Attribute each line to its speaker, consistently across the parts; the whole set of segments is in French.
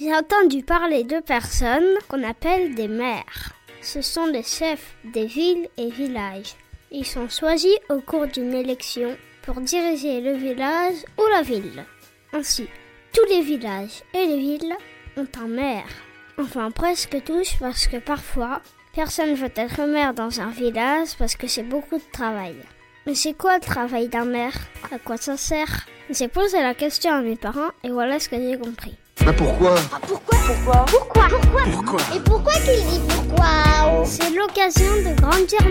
Speaker 1: J'ai entendu parler de personnes qu'on appelle des maires. Ce sont les chefs des villes et villages. Ils sont choisis au cours d'une élection pour diriger le village ou la ville. Ainsi, tous les villages et les villes ont un maire. Enfin, presque tous, parce que parfois, personne ne veut être maire dans un village parce que c'est beaucoup de travail. Mais c'est quoi le travail d'un maire? À quoi ça sert? J'ai posé la question à mes parents et voilà ce que j'ai compris.
Speaker 2: Mais pourquoi?
Speaker 3: Pourquoi?
Speaker 2: Et pourquoi qu'il dit pourquoi?
Speaker 1: C'est l'occasion de grandir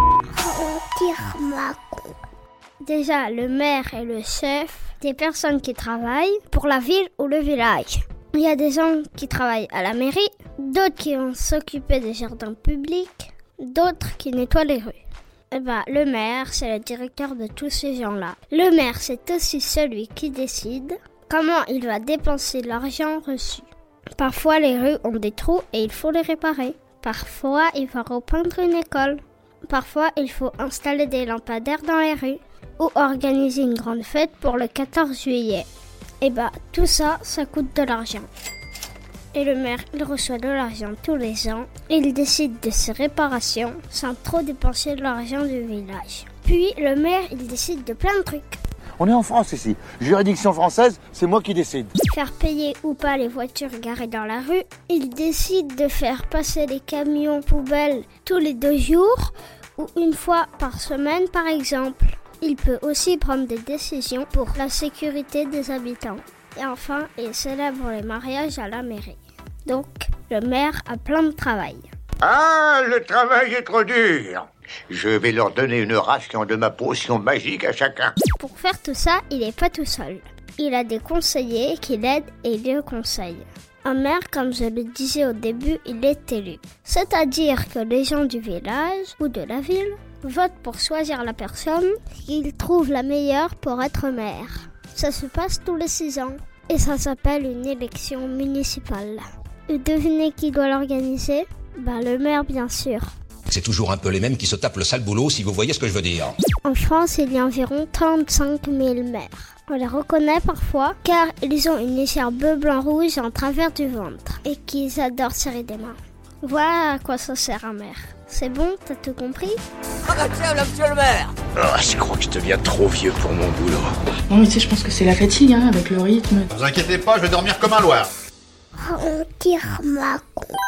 Speaker 1: moins. Déjà, le maire est le chef des personnes qui travaillent pour la ville ou le village. Il y a des gens qui travaillent à la mairie, d'autres qui vont s'occuper des jardins publics, d'autres qui nettoient les rues. Le maire, c'est le directeur de tous ces gens-là. Le maire, c'est aussi celui qui décide comment il va dépenser l'argent reçu. Parfois, les rues ont des trous et il faut les réparer. Parfois, il faut repeindre une école. Parfois, il faut installer des lampadaires dans les rues ou organiser une grande fête pour le 14 juillet. Tout ça, ça coûte de l'argent. Et le maire, il reçoit de l'argent tous les ans. Et il décide de ses réparations sans trop dépenser de l'argent du village. Puis, le maire, il décide de plein de trucs.
Speaker 4: On est en France ici. Juridiction française, c'est moi qui décide.
Speaker 1: Faire payer ou pas les voitures garées dans la rue. Il décide de faire passer les camions poubelles tous les 2 jours ou une fois par semaine, par exemple. Il peut aussi prendre des décisions pour la sécurité des habitants. Et enfin, il célèbre les mariages à la mairie. Donc, le maire a plein de travail.
Speaker 5: Ah, le travail est trop dur. Je vais leur donner une ration de ma potion magique à chacun.
Speaker 1: Pour faire tout ça, il n'est pas tout seul. Il a des conseillers qui l'aident et le conseillent. Un maire, comme je le disais au début, il est élu. C'est-à-dire que les gens du village ou de la ville votent pour choisir la personne qu'ils trouvent la meilleure pour être maire. Ça se passe tous les 6 ans et ça s'appelle une élection municipale. Et devinez qui doit l'organiser? Le maire, bien sûr.
Speaker 6: C'est toujours un peu les mêmes qui se tapent le sale boulot, si vous voyez ce que je veux dire.
Speaker 1: En France, il y a environ 35 000 maires. On les reconnaît parfois car ils ont une écharpe bleu-blanc-rouge en travers du ventre et qu'ils adorent serrer des mains. Voilà à quoi ça sert un maire. C'est bon, t'as tout compris?
Speaker 3: Tiens, là, monsieur le maire.
Speaker 5: Je crois que je deviens trop vieux pour mon boulot.
Speaker 7: Non mais tu sais, je pense que c'est la fatigue, avec le rythme.
Speaker 8: Ne vous inquiétez pas, je vais dormir comme un loir.
Speaker 2: On tire ma coupe.